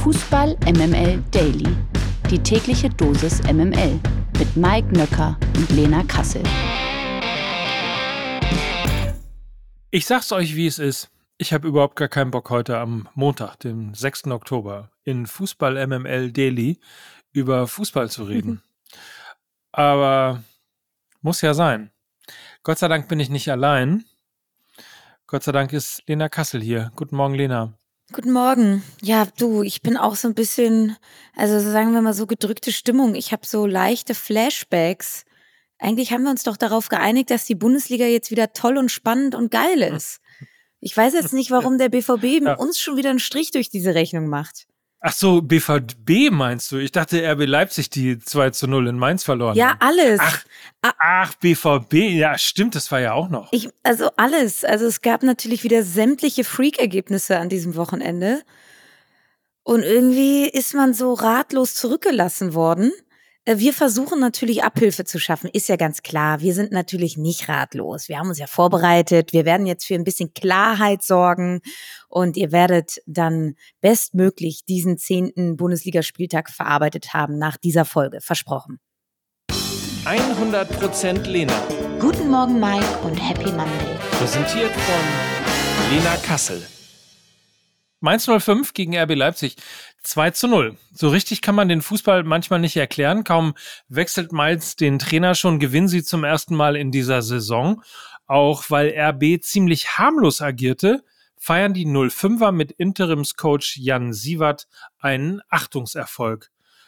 Fußball MML Daily. Die tägliche Dosis MML mit Mike Nöcker und Lena Kassel. Ich sag's euch, wie es ist. Ich habe überhaupt gar keinen Bock, heute am Montag, dem 6. Oktober, in Fußball MML Daily über Fußball zu reden. Aber muss ja sein. Gott sei Dank bin ich nicht allein. Gott sei Dank ist Lena Kassel hier. Guten Morgen, Lena. Guten Morgen. Ja, du, ich bin auch so ein bisschen, also sagen wir mal so gedrückte Stimmung. Ich habe so leichte Flashbacks. Eigentlich haben wir uns doch darauf geeinigt, dass die Bundesliga jetzt wieder toll und spannend und geil ist. Ich weiß jetzt nicht, warum der BVB Ja. uns schon wieder einen Strich durch diese Rechnung macht. Ach so, BVB meinst du? Ich dachte, RB Leipzig, die 2-0 in Mainz verloren Ja, haben. alles. Ach, BVB, ja stimmt, das war ja auch noch. Also alles. Also es gab natürlich wieder sämtliche Freak-Ergebnisse an diesem Wochenende. Und irgendwie ist man so ratlos zurückgelassen worden. Wir versuchen natürlich Abhilfe zu schaffen, ist ja ganz klar. Wir sind natürlich nicht ratlos. Wir haben uns ja vorbereitet. Wir werden jetzt für ein bisschen Klarheit sorgen und ihr werdet dann bestmöglich diesen 10. Bundesligaspieltag verarbeitet haben nach dieser Folge. Versprochen. 100% Lena. Guten Morgen, Mike, und Happy Monday. Präsentiert von Lena Kassel. Mainz 05 gegen RB Leipzig 2-0. So richtig kann man den Fußball manchmal nicht erklären. Kaum wechselt Mainz den Trainer, schon gewinnen sie zum ersten Mal in dieser Saison. Auch weil RB ziemlich harmlos agierte, feiern die 05er mit Interimscoach Jan Siewert einen Achtungserfolg.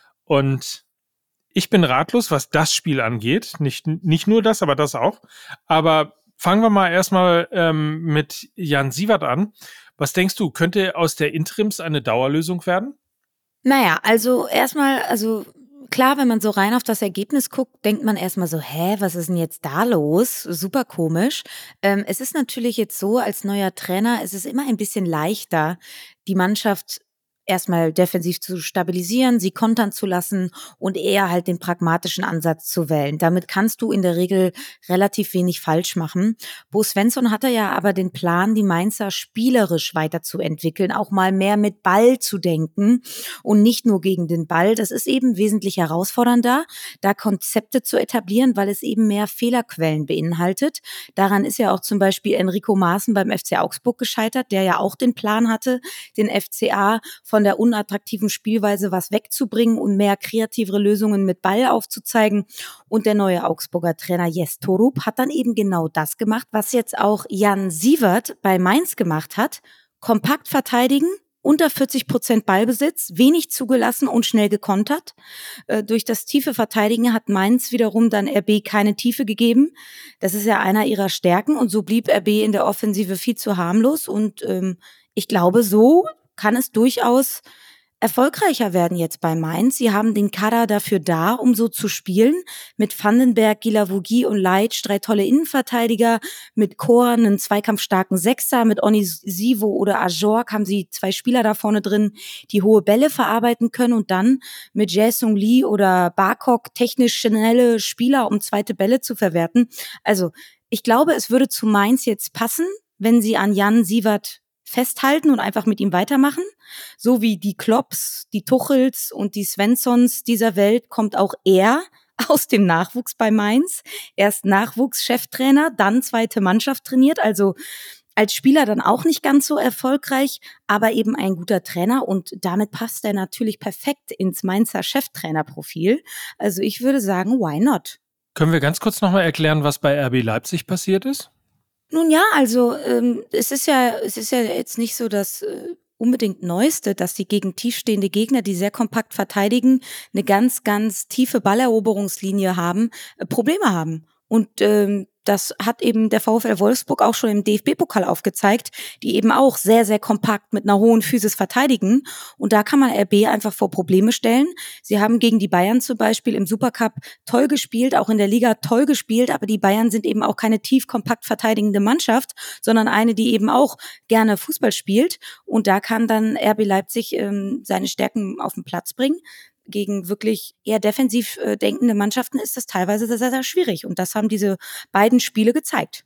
Und ich bin ratlos, was das Spiel angeht. Nicht nur das, aber das auch. Aber fangen wir mal erstmal mit Jan Siewert an. Was denkst du, könnte aus der Interims eine Dauerlösung werden? Naja, also erstmal, klar, wenn man so rein auf das Ergebnis guckt, denkt man erstmal so, was ist denn jetzt da los? Super komisch. Es ist natürlich jetzt so, als neuer Trainer, es ist immer ein bisschen leichter, die Mannschaft erstmal defensiv zu stabilisieren, sie kontern zu lassen und eher halt den pragmatischen Ansatz zu wählen. Damit kannst du in der Regel relativ wenig falsch machen. Bo Svensson hatte ja aber den Plan, die Mainzer spielerisch weiterzuentwickeln, auch mal mehr mit Ball zu denken und nicht nur gegen den Ball. Das ist eben wesentlich herausfordernder, da Konzepte zu etablieren, weil es eben mehr Fehlerquellen beinhaltet. Daran ist ja auch zum Beispiel Enrico Maaßen beim FC Augsburg gescheitert, der ja auch den Plan hatte, den FCA von der unattraktiven Spielweise was wegzubringen und mehr kreativere Lösungen mit Ball aufzuzeigen. Und der neue Augsburger Trainer Jes Torup hat dann eben genau das gemacht, was jetzt auch Jan Siewert bei Mainz gemacht hat. Kompakt verteidigen, unter 40% Ballbesitz, wenig zugelassen und schnell gekontert. Durch das tiefe Verteidigen hat Mainz wiederum dann RB keine Tiefe gegeben. Das ist ja einer ihrer Stärken und so blieb RB in der Offensive viel zu harmlos und ich glaube, so kann es durchaus erfolgreicher werden jetzt bei Mainz. Sie haben den Kader dafür da, um so zu spielen. Mit Vandenberg, Guilavogui und Leitsch 3 tolle Innenverteidiger. Mit Chor einen zweikampfstarken Sechser. Mit Onisivo oder Ajorc haben sie 2 Spieler da vorne drin, die hohe Bälle verarbeiten können. Und dann mit Jae-Sung Lee oder Barkok technisch schnelle Spieler, um zweite Bälle zu verwerten. Also ich glaube, es würde zu Mainz jetzt passen, wenn sie an Jan Siewert festhalten und einfach mit ihm weitermachen. So wie die Klopps, die Tuchels und die Svenssons dieser Welt kommt auch er aus dem Nachwuchs bei Mainz. Erst Nachwuchscheftrainer, dann zweite Mannschaft trainiert, also als Spieler dann auch nicht ganz so erfolgreich, aber eben ein guter Trainer und damit passt er natürlich perfekt ins Mainzer Cheftrainerprofil. Also ich würde sagen, why not? Können wir ganz kurz nochmal erklären, was bei RB Leipzig passiert ist? Nun ja, also es ist ja jetzt nicht so das unbedingt Neueste, dass die gegen tiefstehende Gegner, die sehr kompakt verteidigen, eine ganz, ganz tiefe Balleroberungslinie haben, Probleme haben. Und das hat eben der VfL Wolfsburg auch schon im DFB-Pokal aufgezeigt, die eben auch sehr, sehr kompakt mit einer hohen Physis verteidigen. Und da kann man RB einfach vor Probleme stellen. Sie haben gegen die Bayern zum Beispiel im Supercup toll gespielt, auch in der Liga toll gespielt, aber die Bayern sind eben auch keine tief kompakt verteidigende Mannschaft, sondern eine, die eben auch gerne Fußball spielt. Und da kann dann RB Leipzig seine Stärken auf den Platz bringen. Gegen wirklich eher defensiv denkende Mannschaften ist das teilweise sehr, sehr schwierig. Und das haben diese beiden Spiele gezeigt.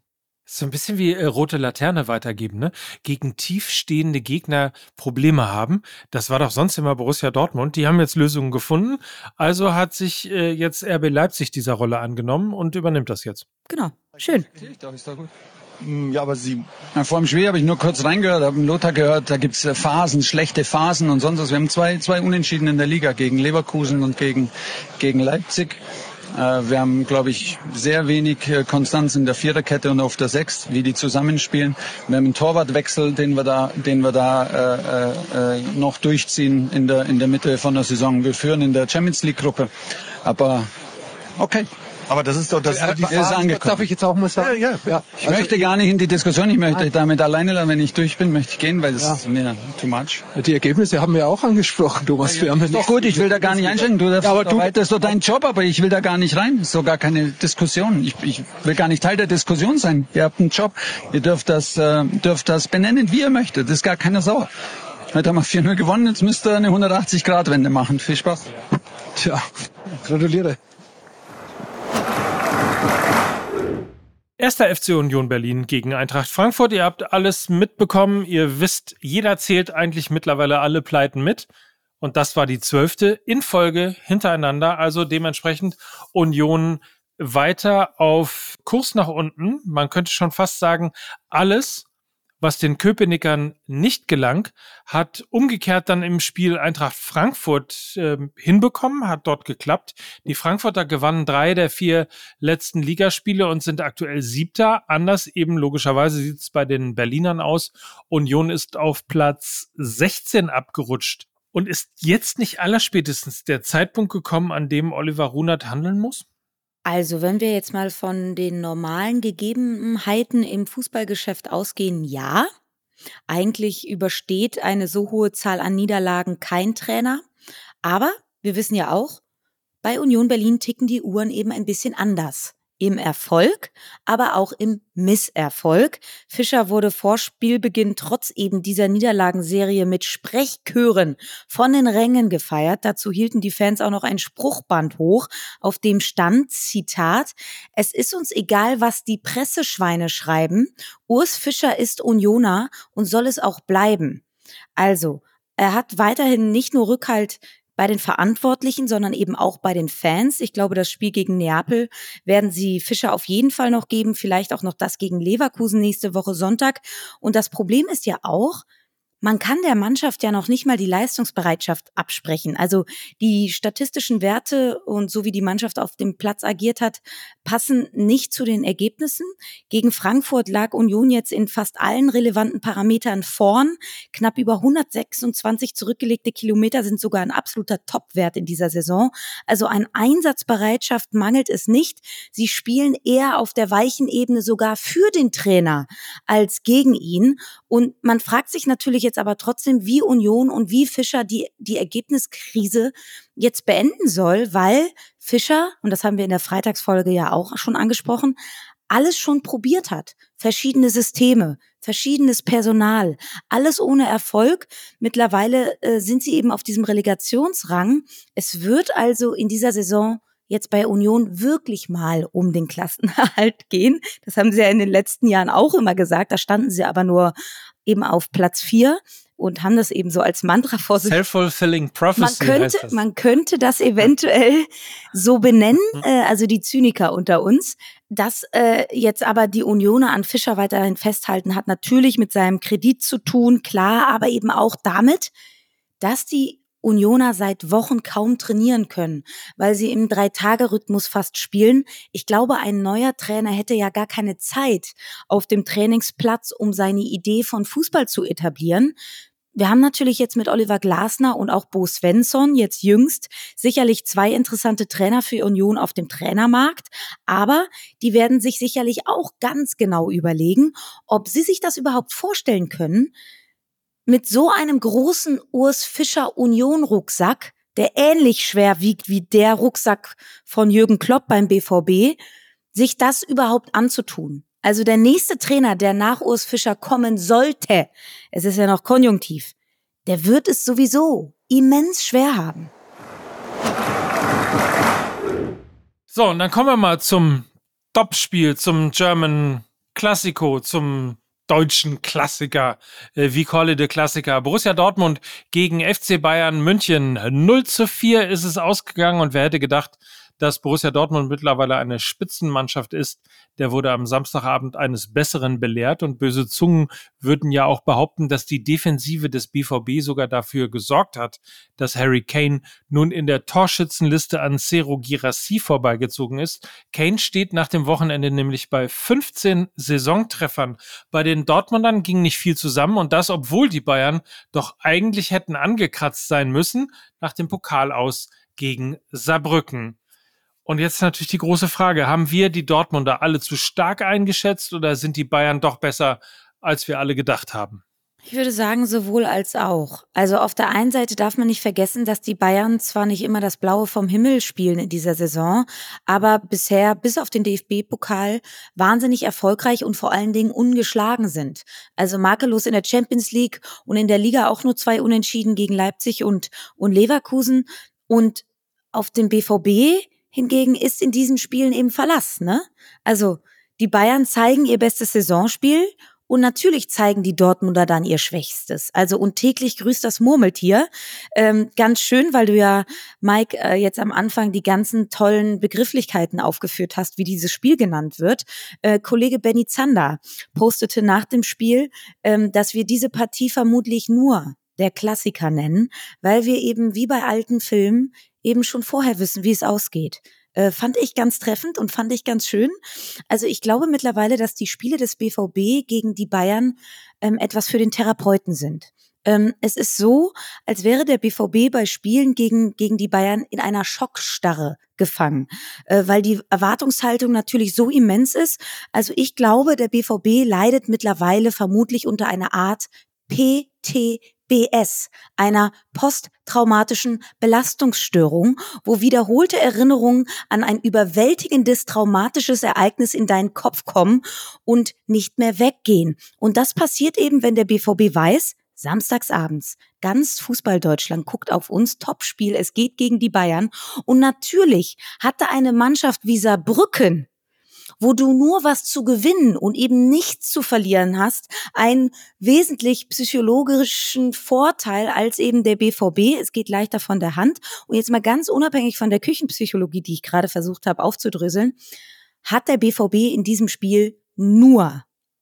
So ein bisschen wie rote Laterne weitergeben, ne? Gegen tiefstehende Gegner Probleme haben. Das war doch sonst immer Borussia Dortmund. Die haben jetzt Lösungen gefunden. Also hat sich jetzt RB Leipzig dieser Rolle angenommen und übernimmt das jetzt. Genau, schön. Ja, aber vor dem Spiel habe ich nur kurz reingehört, habe Lothar gehört, da gibt's Phasen, schlechte Phasen und sonst was. Wir haben zwei Unentschieden in der Liga, gegen Leverkusen und gegen Leipzig. Wir haben, glaube ich, sehr wenig Konstanz in der Viererkette und auf der Sechs, wie die zusammenspielen. Wir haben einen Torwartwechsel, den wir da noch durchziehen in der Mitte von der Saison. Wir führen in der Champions League Gruppe, aber okay. Aber das ist doch das ist angekommen. Darf ich jetzt auch mal sagen? Ja. Ich möchte gar nicht in die Diskussion, ich möchte damit alleine, wenn ich durch bin, möchte ich gehen, weil das ist mir too much. Die Ergebnisse haben wir auch angesprochen, Thomas. Wir haben ja doch gut, ich will da gar nicht einschränken. Das ist doch dein Job, aber ich will da gar nicht rein. Das ist doch gar keine Diskussion. Ich will gar nicht Teil der Diskussion sein. Ihr habt einen Job, ihr dürft das benennen, wie ihr möchtet. Das ist gar keiner sauer. Heute haben wir 4-0 gewonnen, jetzt müsst ihr eine 180-Grad-Wende machen. Viel Spaß. Tja, gratuliere. Erster FC Union Berlin gegen Eintracht Frankfurt. Ihr habt alles mitbekommen. Ihr wisst, jeder zählt eigentlich mittlerweile alle Pleiten mit. Und das war die 12. in Folge hintereinander. Also dementsprechend Union weiter auf Kurs nach unten. Man könnte schon fast sagen, alles, was den Köpenickern nicht gelang, hat umgekehrt dann im Spiel Eintracht Frankfurt hinbekommen, hat dort geklappt. Die Frankfurter gewannen 3 der 4 letzten Ligaspiele und sind aktuell 7. Anders eben logischerweise sieht es bei den Berlinern aus. Union ist auf Platz 16 abgerutscht. Und ist jetzt nicht allerspätestens der Zeitpunkt gekommen, an dem Oliver Runert handeln muss? Also, wenn wir jetzt mal von den normalen Gegebenheiten im Fußballgeschäft ausgehen, ja. Eigentlich übersteht eine so hohe Zahl an Niederlagen kein Trainer. Aber wir wissen ja auch, bei Union Berlin ticken die Uhren eben ein bisschen anders. Im Erfolg, aber auch im Misserfolg. Fischer wurde vor Spielbeginn trotz eben dieser Niederlagenserie mit Sprechchören von den Rängen gefeiert. Dazu hielten die Fans auch noch ein Spruchband hoch, auf dem stand, Zitat, es ist uns egal, was die Presseschweine schreiben. Urs Fischer ist Unioner und soll es auch bleiben. Also, er hat weiterhin nicht nur Rückhalt bei den Verantwortlichen, sondern eben auch bei den Fans. Ich glaube, das Spiel gegen Neapel werden sie Fischer auf jeden Fall noch geben, vielleicht auch noch das gegen Leverkusen nächste Woche Sonntag. Und das Problem ist ja auch, man kann der Mannschaft ja noch nicht mal die Leistungsbereitschaft absprechen. Also die statistischen Werte und so wie die Mannschaft auf dem Platz agiert hat, passen nicht zu den Ergebnissen. Gegen Frankfurt lag Union jetzt in fast allen relevanten Parametern vorn. Knapp über 126 zurückgelegte Kilometer sind sogar ein absoluter Topwert in dieser Saison. Also an Einsatzbereitschaft mangelt es nicht. Sie spielen eher auf der weichen Ebene sogar für den Trainer als gegen ihn. Und man fragt sich natürlich jetzt aber trotzdem, wie Union und wie Fischer die Ergebniskrise jetzt beenden soll, weil Fischer, und das haben wir in der Freitagsfolge ja auch schon angesprochen, alles schon probiert hat. Verschiedene Systeme, verschiedenes Personal, alles ohne Erfolg. Mittlerweile sind sie eben auf diesem Relegationsrang. Es wird also in dieser Saison jetzt bei Union wirklich mal um den Klassenerhalt gehen. Das haben sie ja in den letzten Jahren auch immer gesagt. Da standen sie aber nur eben auf Platz 4 und haben das eben so als Mantra vor sich. Self-fulfilling prophecy heißt das. Man könnte das eventuell so benennen, also die Zyniker unter uns. Dass jetzt aber die Unioner an Fischer weiterhin festhalten, hat natürlich mit seinem Kredit zu tun, klar, aber eben auch damit, dass die Unioner seit Wochen kaum trainieren können, weil sie im 3-Tage-Rhythmus fast spielen. Ich glaube, ein neuer Trainer hätte ja gar keine Zeit auf dem Trainingsplatz, um seine Idee von Fußball zu etablieren. Wir haben natürlich jetzt mit Oliver Glasner und auch Bo Svensson jetzt jüngst sicherlich 2 interessante Trainer für Union auf dem Trainermarkt, aber die werden sich sicherlich auch ganz genau überlegen, ob sie sich das überhaupt vorstellen können, mit so einem großen Urs Fischer Union-Rucksack, der ähnlich schwer wiegt wie der Rucksack von Jürgen Klopp beim BVB, sich das überhaupt anzutun. Also der nächste Trainer, der nach Urs Fischer kommen sollte, es ist ja noch konjunktiv, der wird es sowieso immens schwer haben. So, und dann kommen wir mal zum Topspiel, zum German Klassiko zum deutschen Klassiker. Wie call it the Klassiker? Borussia Dortmund gegen FC Bayern München. 0:4 ist es ausgegangen und wer hätte gedacht, dass Borussia Dortmund mittlerweile eine Spitzenmannschaft ist, der wurde am Samstagabend eines Besseren belehrt und böse Zungen würden ja auch behaupten, dass die Defensive des BVB sogar dafür gesorgt hat, dass Harry Kane nun in der Torschützenliste an Serhou Guirassy vorbeigezogen ist. Kane steht nach dem Wochenende nämlich bei 15 Saisontreffern. Bei den Dortmundern ging nicht viel zusammen und das, obwohl die Bayern doch eigentlich hätten angekratzt sein müssen nach dem Pokal-Aus gegen Saarbrücken. Und jetzt natürlich die große Frage, haben wir die Dortmunder alle zu stark eingeschätzt oder sind die Bayern doch besser, als wir alle gedacht haben? Ich würde sagen, sowohl als auch. Also auf der einen Seite darf man nicht vergessen, dass die Bayern zwar nicht immer das Blaue vom Himmel spielen in dieser Saison, aber bisher, bis auf den DFB-Pokal, wahnsinnig erfolgreich und vor allen Dingen ungeschlagen sind. Also makellos in der Champions League und in der Liga auch nur 2 Unentschieden gegen Leipzig und Leverkusen. Und auf den BVB hingegen ist in diesen Spielen eben Verlass, ne? Also die Bayern zeigen ihr bestes Saisonspiel und natürlich zeigen die Dortmunder dann ihr Schwächstes. Also und täglich grüßt das Murmeltier. Ganz schön, weil du ja, Mike, jetzt am Anfang die ganzen tollen Begrifflichkeiten aufgeführt hast, wie dieses Spiel genannt wird. Kollege Benny Zander postete nach dem Spiel, dass wir diese Partie vermutlich nur der Klassiker nennen, weil wir eben wie bei alten Filmen eben schon vorher wissen, wie es ausgeht. Fand ich ganz treffend und fand ich ganz schön. Also ich glaube mittlerweile, dass die Spiele des BVB gegen die Bayern etwas für den Therapeuten sind. Es ist so, als wäre der BVB bei Spielen gegen die Bayern in einer Schockstarre gefangen, weil die Erwartungshaltung natürlich so immens ist. Also ich glaube, der BVB leidet mittlerweile vermutlich unter einer Art PTBS, einer posttraumatischen Belastungsstörung, wo wiederholte Erinnerungen an ein überwältigendes traumatisches Ereignis in deinen Kopf kommen und nicht mehr weggehen. Und das passiert eben, wenn der BVB weiß, samstagsabends, ganz Fußball-Deutschland guckt auf uns, Topspiel, es geht gegen die Bayern. Und natürlich hatte eine Mannschaft wie Saarbrücken, wo du nur was zu gewinnen und eben nichts zu verlieren hast, einen wesentlich psychologischen Vorteil als eben der BVB. Es geht leichter von der Hand. Und jetzt mal ganz unabhängig von der Küchenpsychologie, die ich gerade versucht habe aufzudröseln, hat der BVB in diesem Spiel nur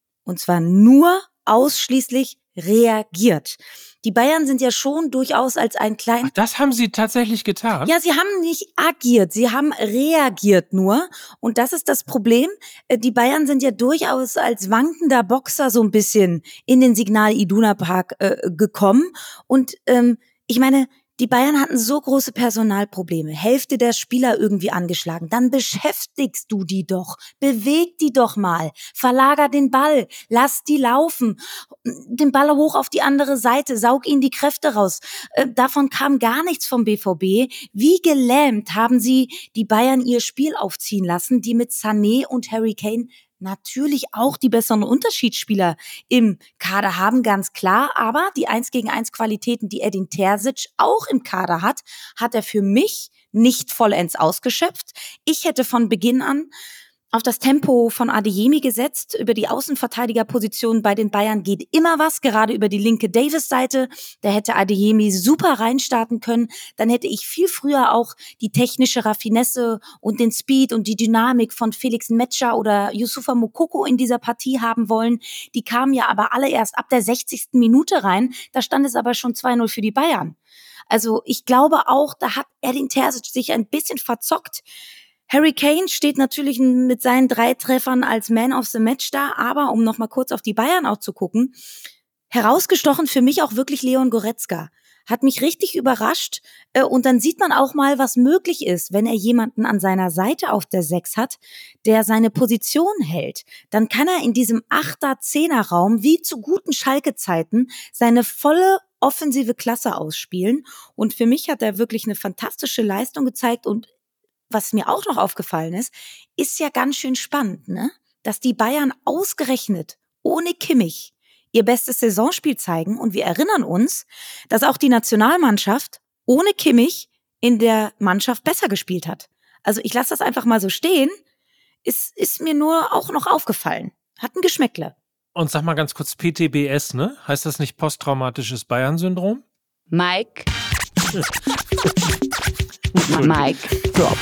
ausschließlich reagiert. Die Bayern sind ja schon durchaus als ein kleiner... Das haben sie tatsächlich getan? Ja, sie haben nicht agiert, sie haben reagiert nur. Und das ist das Problem. Die Bayern sind ja durchaus als wankender Boxer so ein bisschen in den Signal Iduna Park gekommen. Und ich meine, die Bayern hatten so große Personalprobleme, Hälfte der Spieler irgendwie angeschlagen. Dann beschäftigst du die doch, beweg die doch mal, verlager den Ball, lass die laufen, den Ball hoch auf die andere Seite, saug ihnen die Kräfte raus. Davon kam gar nichts vom BVB. Wie gelähmt haben sie die Bayern ihr Spiel aufziehen lassen, die mit Sané und Harry Kane natürlich auch die besseren Unterschiedsspieler im Kader haben, ganz klar. Aber die 1-gegen-1 Qualitäten, die Edin Terzic auch im Kader hat, hat er für mich nicht vollends ausgeschöpft. Ich hätte von Beginn an auf das Tempo von Adeyemi gesetzt. Über die Außenverteidigerposition bei den Bayern geht immer was, gerade über die linke Davis-Seite. Da hätte Adeyemi super reinstarten können. Dann hätte ich viel früher auch die technische Raffinesse und den Speed und die Dynamik von Felix Metscher oder Youssoufa Moukoko in dieser Partie haben wollen. Die kamen ja aber alle erst ab der 60. Minute rein. Da stand es aber schon 2-0 für die Bayern. Also ich glaube auch, da hat Edin Terzic sich ein bisschen verzockt. Harry Kane steht natürlich mit seinen 3 Treffern als Man of the Match da, aber um noch mal kurz auf die Bayern auch zu gucken, herausgestochen für mich auch wirklich Leon Goretzka. Hat mich richtig überrascht und dann sieht man auch mal, was möglich ist, wenn er jemanden an seiner Seite auf der 6 hat, der seine Position hält. Dann kann er in diesem 8er-10er-Raum wie zu guten Schalke-Zeiten seine volle offensive Klasse ausspielen und für mich hat er wirklich eine fantastische Leistung gezeigt und was mir auch noch aufgefallen ist ja ganz schön spannend, ne? Dass die Bayern ausgerechnet ohne Kimmich ihr bestes Saisonspiel zeigen und wir erinnern uns, dass auch die Nationalmannschaft ohne Kimmich in der Mannschaft besser gespielt hat. Also ich lasse das einfach mal so stehen, ist mir nur auch noch aufgefallen. Hat ein Geschmäckle. Und sag mal ganz kurz, PTBS, ne? Heißt das nicht posttraumatisches Bayern-Syndrom? Mike. Mike Drop.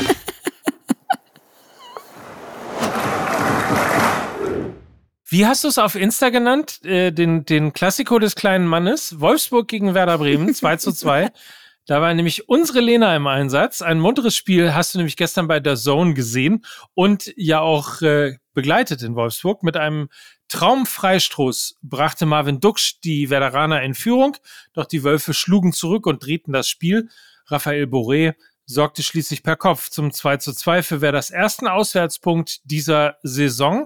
Wie hast du es auf Insta genannt? Den Klassiko des kleinen Mannes. Wolfsburg gegen Werder Bremen, 2:2. Da war nämlich unsere Lena im Einsatz. Ein munteres Spiel hast du nämlich gestern bei der Zone gesehen und ja auch begleitet in Wolfsburg. Mit einem Traumfreistoß brachte Marvin Duksch die Werderaner in Führung, doch die Wölfe schlugen zurück und drehten das Spiel. Raphael Boré sorgte schließlich per Kopf zum 2:2 für Werders ersten Auswärtspunkt dieser Saison.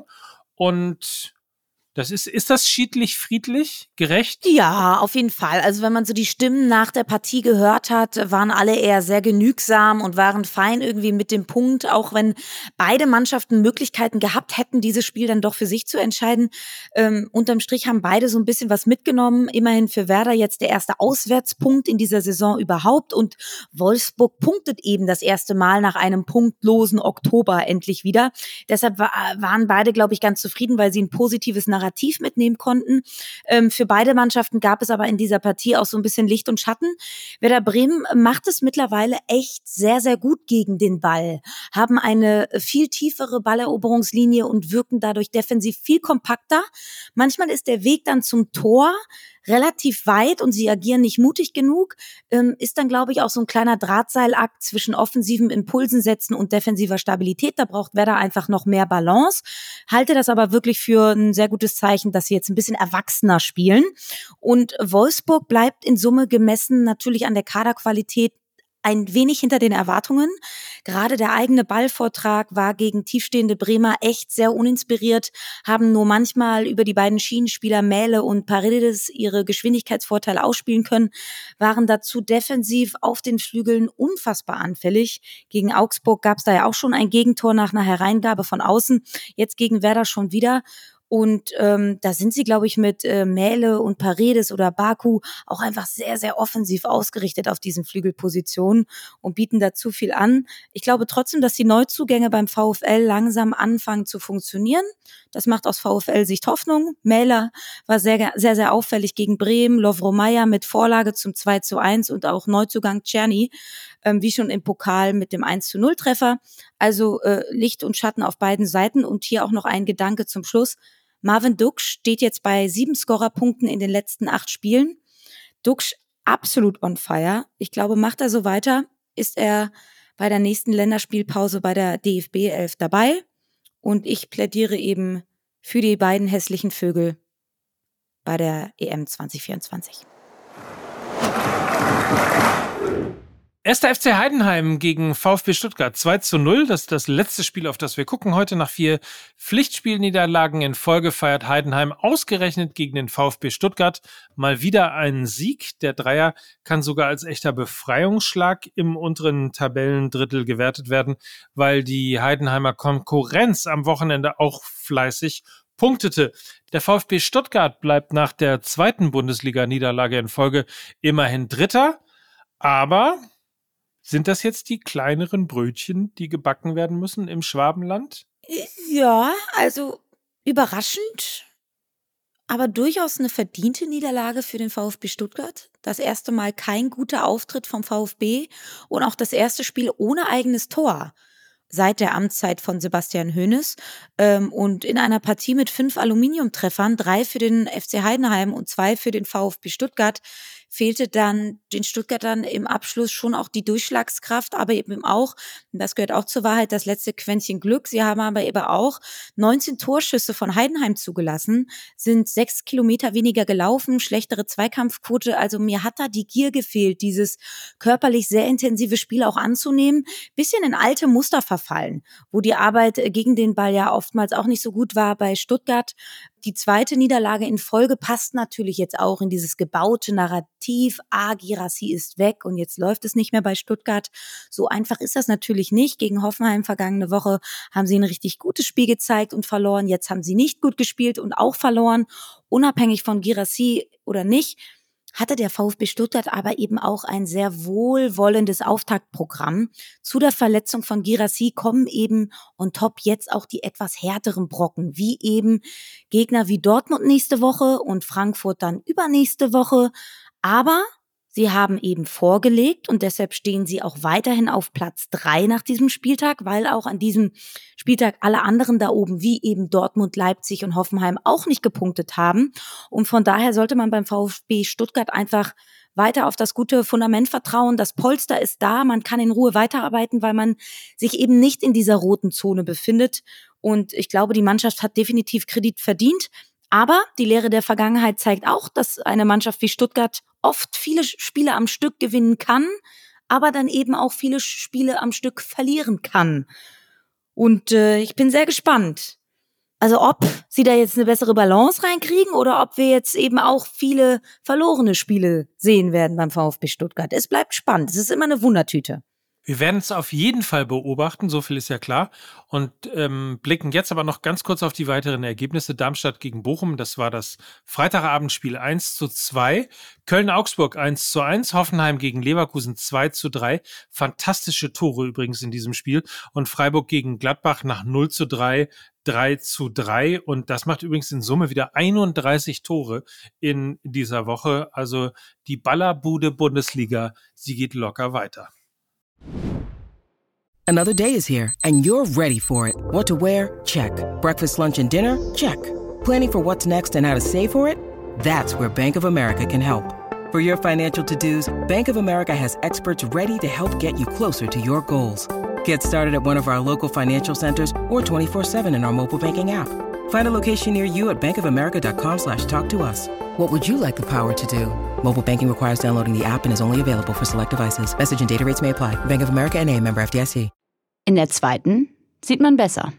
Und das ist das schiedlich, friedlich, gerecht? Ja, auf jeden Fall. Also wenn man so die Stimmen nach der Partie gehört hat, waren alle eher sehr genügsam und waren fein irgendwie mit dem Punkt, auch wenn beide Mannschaften Möglichkeiten gehabt hätten, dieses Spiel dann doch für sich zu entscheiden. Unterm Strich haben beide so ein bisschen was mitgenommen. Immerhin für Werder jetzt der erste Auswärtspunkt in dieser Saison überhaupt. Und Wolfsburg punktet eben das erste Mal nach einem punktlosen Oktober endlich wieder. Deshalb waren beide, glaube ich, ganz zufrieden, weil sie ein positives Narrativ mitnehmen konnten. Für beide Mannschaften gab es aber in dieser Partie auch so ein bisschen Licht und Schatten. Werder Bremen macht es mittlerweile echt sehr, sehr gut gegen den Ball, haben eine viel tiefere Balleroberungslinie und wirken dadurch defensiv viel kompakter. Manchmal ist der Weg dann zum Tor relativ weit und sie agieren nicht mutig genug, ist dann, glaube ich, auch so ein kleiner Drahtseilakt zwischen offensiven Impulsen setzen und defensiver Stabilität. Da braucht Werder einfach noch mehr Balance. Halte das aber wirklich für ein sehr gutes Zeichen, dass sie jetzt ein bisschen erwachsener spielen. Und Wolfsburg bleibt in Summe gemessen natürlich an der Kaderqualität ein wenig hinter den Erwartungen. Gerade der eigene Ballvortrag war gegen tiefstehende Bremer echt sehr uninspiriert, haben nur manchmal über die beiden Schienenspieler Mähle und Paredes ihre Geschwindigkeitsvorteile ausspielen können, waren dazu defensiv auf den Flügeln unfassbar anfällig. Gegen Augsburg gab es da ja auch schon ein Gegentor nach einer Hereingabe von außen, jetzt gegen Werder schon wieder. Und da sind sie, glaube ich, mit Mähle und Paredes oder Baku auch einfach sehr, sehr offensiv ausgerichtet auf diesen Flügelpositionen und bieten dazu viel an. Ich glaube trotzdem, dass die Neuzugänge beim VfL langsam anfangen zu funktionieren. Das macht aus VfL-Sicht Hoffnung. Mähler war sehr, sehr, sehr auffällig gegen Bremen. Lovro Meyer mit Vorlage zum 2:1 und auch Neuzugang Czerny, wie schon im Pokal mit dem 1:0-Treffer. Also Licht und Schatten auf beiden Seiten. Und hier auch noch ein Gedanke zum Schluss. Marvin Duksch steht jetzt bei 7 Scorerpunkten in den letzten 8 Spielen. Duksch absolut on fire. Ich glaube, macht er so weiter, ist er bei der nächsten Länderspielpause bei der DFB 11 dabei. Und ich plädiere eben für die beiden hässlichen Vögel bei der EM 2024. 1. FC Heidenheim gegen VfB Stuttgart 2:0. Das ist das letzte Spiel, auf das wir gucken heute. Nach 4 Pflichtspielniederlagen in Folge feiert Heidenheim ausgerechnet gegen den VfB Stuttgart mal wieder einen Sieg. Der Dreier kann sogar als echter Befreiungsschlag im unteren Tabellendrittel gewertet werden, weil die Heidenheimer Konkurrenz am Wochenende auch fleißig punktete. Der VfB Stuttgart bleibt nach der 2. Bundesliga-Niederlage in Folge immerhin Dritter, aber sind das jetzt die kleineren Brötchen, die gebacken werden müssen im Schwabenland? Ja, also überraschend, aber durchaus eine verdiente Niederlage für den VfB Stuttgart. Das erste Mal kein guter Auftritt vom VfB und auch das erste Spiel ohne eigenes Tor seit der Amtszeit von Sebastian Hoeneß. Und in einer Partie mit 5 Aluminiumtreffern, 3 für den FC Heidenheim und 2 für den VfB Stuttgart, fehlte dann den Stuttgartern im Abschluss schon auch die Durchschlagskraft, aber eben auch, das gehört auch zur Wahrheit, das letzte Quäntchen Glück. Sie haben aber eben auch 19 Torschüsse von Heidenheim zugelassen, sind 6 Kilometer weniger gelaufen, schlechtere Zweikampfquote. Also mir hat da die Gier gefehlt, dieses körperlich sehr intensive Spiel auch anzunehmen. Bisschen in alte Muster verfallen, wo die Arbeit gegen den Ball ja oftmals auch nicht so gut war bei Stuttgart. Die zweite Niederlage in Folge passt natürlich jetzt auch in dieses gebaute Narrativ. Guirassy ist weg und jetzt läuft es nicht mehr bei Stuttgart. So einfach ist das natürlich nicht. Gegen Hoffenheim vergangene Woche haben sie ein richtig gutes Spiel gezeigt und verloren. Jetzt haben sie nicht gut gespielt und auch verloren. Unabhängig von Guirassy oder nicht, hatte der VfB Stuttgart aber eben auch ein sehr wohlwollendes Auftaktprogramm. Zu der Verletzung von Guirassy kommen eben on top jetzt auch die etwas härteren Brocken, wie eben Gegner wie Dortmund nächste Woche und Frankfurt dann übernächste Woche. Aber sie haben eben vorgelegt und deshalb stehen sie auch weiterhin auf Platz 3 nach diesem Spieltag, weil auch an diesem Spieltag alle anderen da oben, wie eben Dortmund, Leipzig und Hoffenheim, auch nicht gepunktet haben. Und von daher sollte man beim VfB Stuttgart einfach weiter auf das gute Fundament vertrauen. Das Polster ist da, man kann in Ruhe weiterarbeiten, weil man sich eben nicht in dieser roten Zone befindet. Und ich glaube, die Mannschaft hat definitiv Kredit verdient. Aber die Lehre der Vergangenheit zeigt auch, dass eine Mannschaft wie Stuttgart oft viele Spiele am Stück gewinnen kann, aber dann eben auch viele Spiele am Stück verlieren kann. Und ich bin sehr gespannt. Also ob sie da jetzt eine bessere Balance reinkriegen oder ob wir jetzt eben auch viele verlorene Spiele sehen werden beim VfB Stuttgart. Es bleibt spannend. Es ist immer eine Wundertüte. Wir werden es auf jeden Fall beobachten, so viel ist ja klar. Und blicken jetzt aber noch ganz kurz auf die weiteren Ergebnisse. Darmstadt gegen Bochum, das war das Freitagabendspiel 1:2. Köln-Augsburg 1:1. Hoffenheim gegen Leverkusen 2:3. Fantastische Tore übrigens in diesem Spiel. Und Freiburg gegen Gladbach nach 0:3. 3:3 und das macht übrigens in Summe wieder 31 Tore in dieser Woche. Also die Ballerbude Bundesliga, sie geht locker weiter. Another day is here, and you're ready for it. What to wear? Check. Breakfast, lunch, and dinner? Check. Planning for what's next and how to save for it? That's where Bank of America can help. For your financial to-dos, Bank of America has experts ready to help get you closer to your goals. Get started at one of our local financial centers or 24/7 in our mobile banking app. Find a location near you at bankofamerica.com/talktous. What would you like the power to do? Mobile banking requires downloading the app and is only available for select devices. Message and data rates may apply. Bank of America N.A., member FDIC. In der zweiten sieht man besser.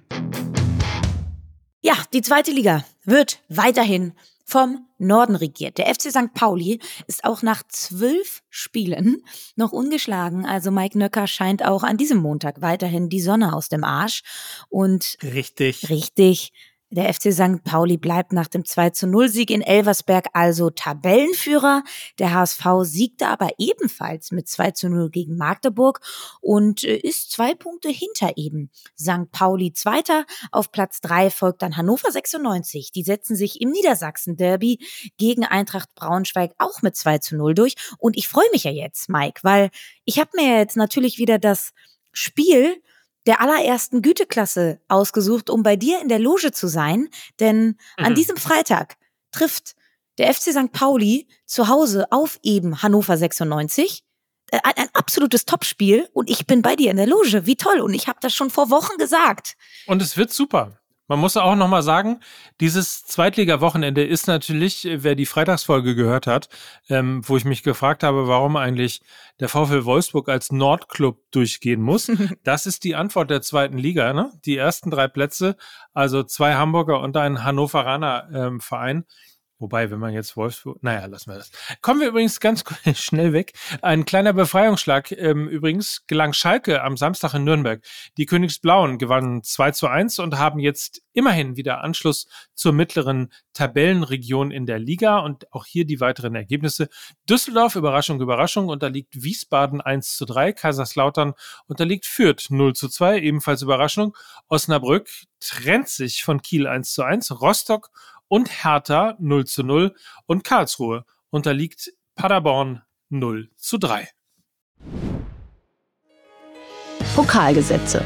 Ja, die zweite Liga wird weiterhin vom Norden regiert. Der FC St. Pauli ist auch nach 12 Spielen noch ungeschlagen. Also Mike Nöcker scheint auch an diesem Montag weiterhin die Sonne aus dem Arsch. Und richtig. Der FC St. Pauli bleibt nach dem 2:0-Sieg in Elversberg also Tabellenführer. Der HSV siegte aber ebenfalls mit 2:0 gegen Magdeburg und ist 2 Punkte hinter eben St. Pauli Zweiter. Auf Platz 3 folgt dann Hannover 96. Die setzen sich im Niedersachsen-Derby gegen Eintracht Braunschweig auch mit 2:0 durch. Und ich freue mich ja jetzt, Mike, weil ich habe mir jetzt natürlich wieder das Spiel der allerersten Güteklasse ausgesucht, um bei dir in der Loge zu sein. Denn an diesem Freitag trifft der FC St. Pauli zu Hause auf eben Hannover 96. Ein absolutes Topspiel und ich bin bei dir in der Loge. Wie toll. Und ich habe das schon vor Wochen gesagt. Und es wird super. Man muss auch nochmal sagen, dieses Zweitliga-Wochenende ist natürlich, wer die Freitagsfolge gehört hat, wo ich mich gefragt habe, warum eigentlich der VfL Wolfsburg als Nordclub durchgehen muss. Das ist die Antwort der zweiten Liga, ne? Die ersten 3 Plätze, also 2 Hamburger und ein Hannoveraner Verein. Wobei, wenn man jetzt Wolfsburg... Naja, lassen wir das. Kommen wir übrigens ganz schnell weg. Ein kleiner Befreiungsschlag übrigens gelang Schalke am Samstag in Nürnberg. Die Königsblauen gewannen 2:1 und haben jetzt immerhin wieder Anschluss zur mittleren Tabellenregion in der Liga. Und auch hier die weiteren Ergebnisse. Düsseldorf, Überraschung, Überraschung, unterliegt Wiesbaden 1:3. Kaiserslautern unterliegt Fürth 0:2, ebenfalls Überraschung. Osnabrück trennt sich von Kiel 1:1. Rostock und Hertha 0:0 und Karlsruhe unterliegt Paderborn 0:3. Pokalgesetze.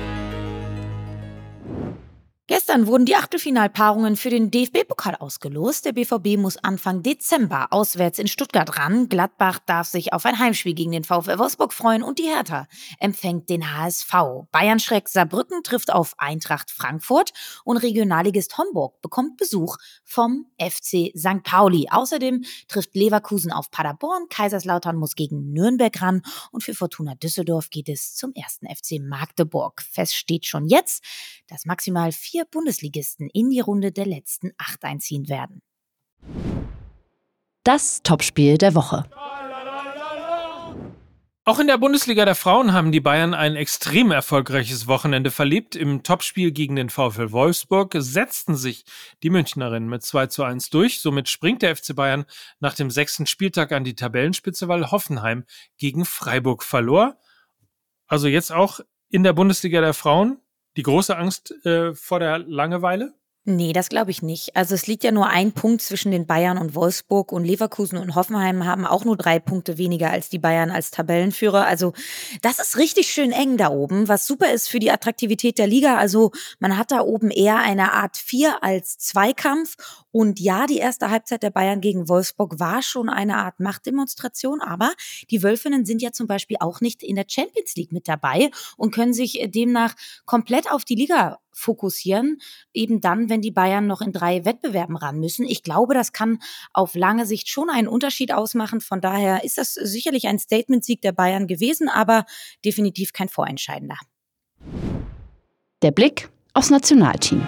Gestern wurden die Achtelfinalpaarungen für den DFB-Pokal ausgelost. Der BVB muss Anfang Dezember auswärts in Stuttgart ran. Gladbach darf sich auf ein Heimspiel gegen den VfL Wolfsburg freuen und die Hertha empfängt den HSV. Bayern-Schreck Saarbrücken trifft auf Eintracht Frankfurt und Regionalligist Homburg bekommt Besuch vom FC St. Pauli. Außerdem trifft Leverkusen auf Paderborn, Kaiserslautern muss gegen Nürnberg ran und für Fortuna Düsseldorf geht es zum 1. FC Magdeburg. Fest steht schon jetzt, dass maximal 4 Bundesligisten in die Runde der letzten 8 einziehen werden. Das Topspiel der Woche. Auch in der Bundesliga der Frauen haben die Bayern ein extrem erfolgreiches Wochenende verlebt. Im Topspiel gegen den VfL Wolfsburg setzten sich die Münchnerinnen mit 2:1 durch. Somit springt der FC Bayern nach dem 6. Spieltag an die Tabellenspitze, weil Hoffenheim gegen Freiburg verlor. Also jetzt auch in der Bundesliga der Frauen die große Angst vor der Langeweile? Nee, das glaube ich nicht. Also es liegt ja nur ein Punkt zwischen den Bayern und Wolfsburg, und Leverkusen und Hoffenheim haben auch nur 3 Punkte weniger als die Bayern als Tabellenführer. Also das ist richtig schön eng da oben, was super ist für die Attraktivität der Liga. Also man hat da oben eher eine Art 4 als Zweikampf. Und ja, die erste Halbzeit der Bayern gegen Wolfsburg war schon eine Art Machtdemonstration, aber die Wölfinnen sind ja zum Beispiel auch nicht in der Champions League mit dabei und können sich demnach komplett auf die Liga fokussieren, eben dann, wenn die Bayern noch in 3 Wettbewerben ran müssen. Ich glaube, das kann auf lange Sicht schon einen Unterschied ausmachen. Von daher ist das sicherlich ein Statement-Sieg der Bayern gewesen, aber definitiv kein vorentscheidender. Der Blick aufs Nationalteam.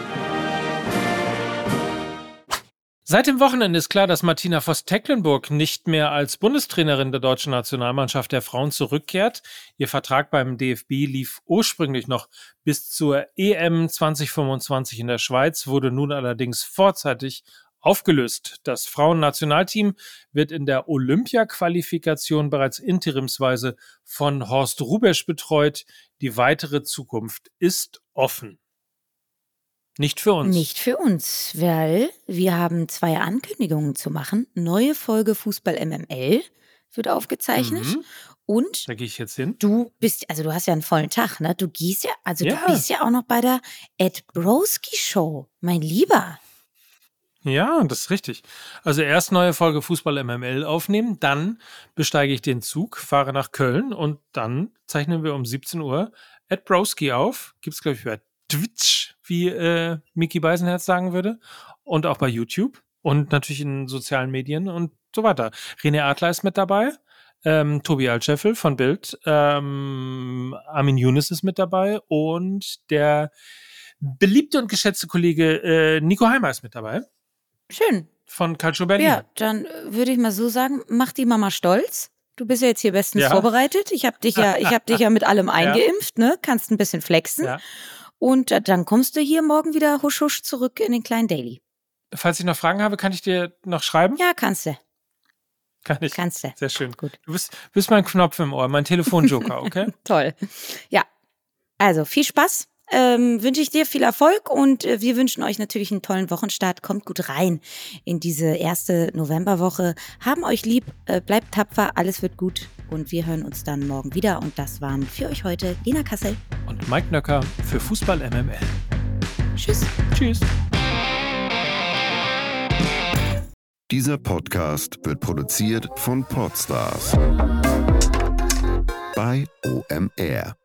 Seit dem Wochenende ist klar, dass Martina Voss-Tecklenburg nicht mehr als Bundestrainerin der deutschen Nationalmannschaft der Frauen zurückkehrt. Ihr Vertrag beim DFB lief ursprünglich noch bis zur EM 2025 in der Schweiz, wurde nun allerdings vorzeitig aufgelöst. Das Frauennationalteam wird in der Olympia-Qualifikation bereits interimsweise von Horst Rubesch betreut. Die weitere Zukunft ist offen. Nicht für uns. Nicht für uns, weil wir haben 2 Ankündigungen zu machen. Neue Folge Fußball MML wird aufgezeichnet. Und da gehe ich jetzt hin. Du hast ja einen vollen Tag, ne? Du bist ja auch noch bei der Ed Broski Show, mein Lieber. Ja, das ist richtig. Also erst neue Folge Fußball MML aufnehmen, dann besteige ich den Zug, fahre nach Köln und dann zeichnen wir um 17 Uhr Ed Broski auf. Gibt's, glaube ich, bei Twitch, wie Micky Beisenherz sagen würde, und auch bei YouTube und natürlich in sozialen Medien und so weiter. René Adler ist mit dabei, Tobi Altscheffel von Bild, Armin Younes ist mit dabei und der beliebte und geschätzte Kollege Nico Heimer ist mit dabei. Schön. Von Calcio Berlin. Ja, dann würde ich mal so sagen, mach die Mama stolz. Du bist ja jetzt hier bestens vorbereitet. Ich habe dich ja mit allem eingeimpft, ne? Kannst ein bisschen flexen. Ja. Und dann kommst du hier morgen wieder husch husch zurück in den kleinen Daily. Falls ich noch Fragen habe, kann ich dir noch schreiben? Ja, kannst du. Kann ich. Kannst du. Sehr schön. Gut. Du bist mein Knopf im Ohr, mein Telefonjoker, okay? Toll. Ja, also viel Spaß. Wünsche ich dir viel Erfolg und wir wünschen euch natürlich einen tollen Wochenstart. Kommt gut rein in diese erste Novemberwoche. Haben euch lieb, bleibt tapfer, alles wird gut und wir hören uns dann morgen wieder. Und das waren für euch heute Lena Kassel und Mike Nöcker für Fußball MML. Tschüss. Tschüss. Dieser Podcast wird produziert von Podstars bei OMR.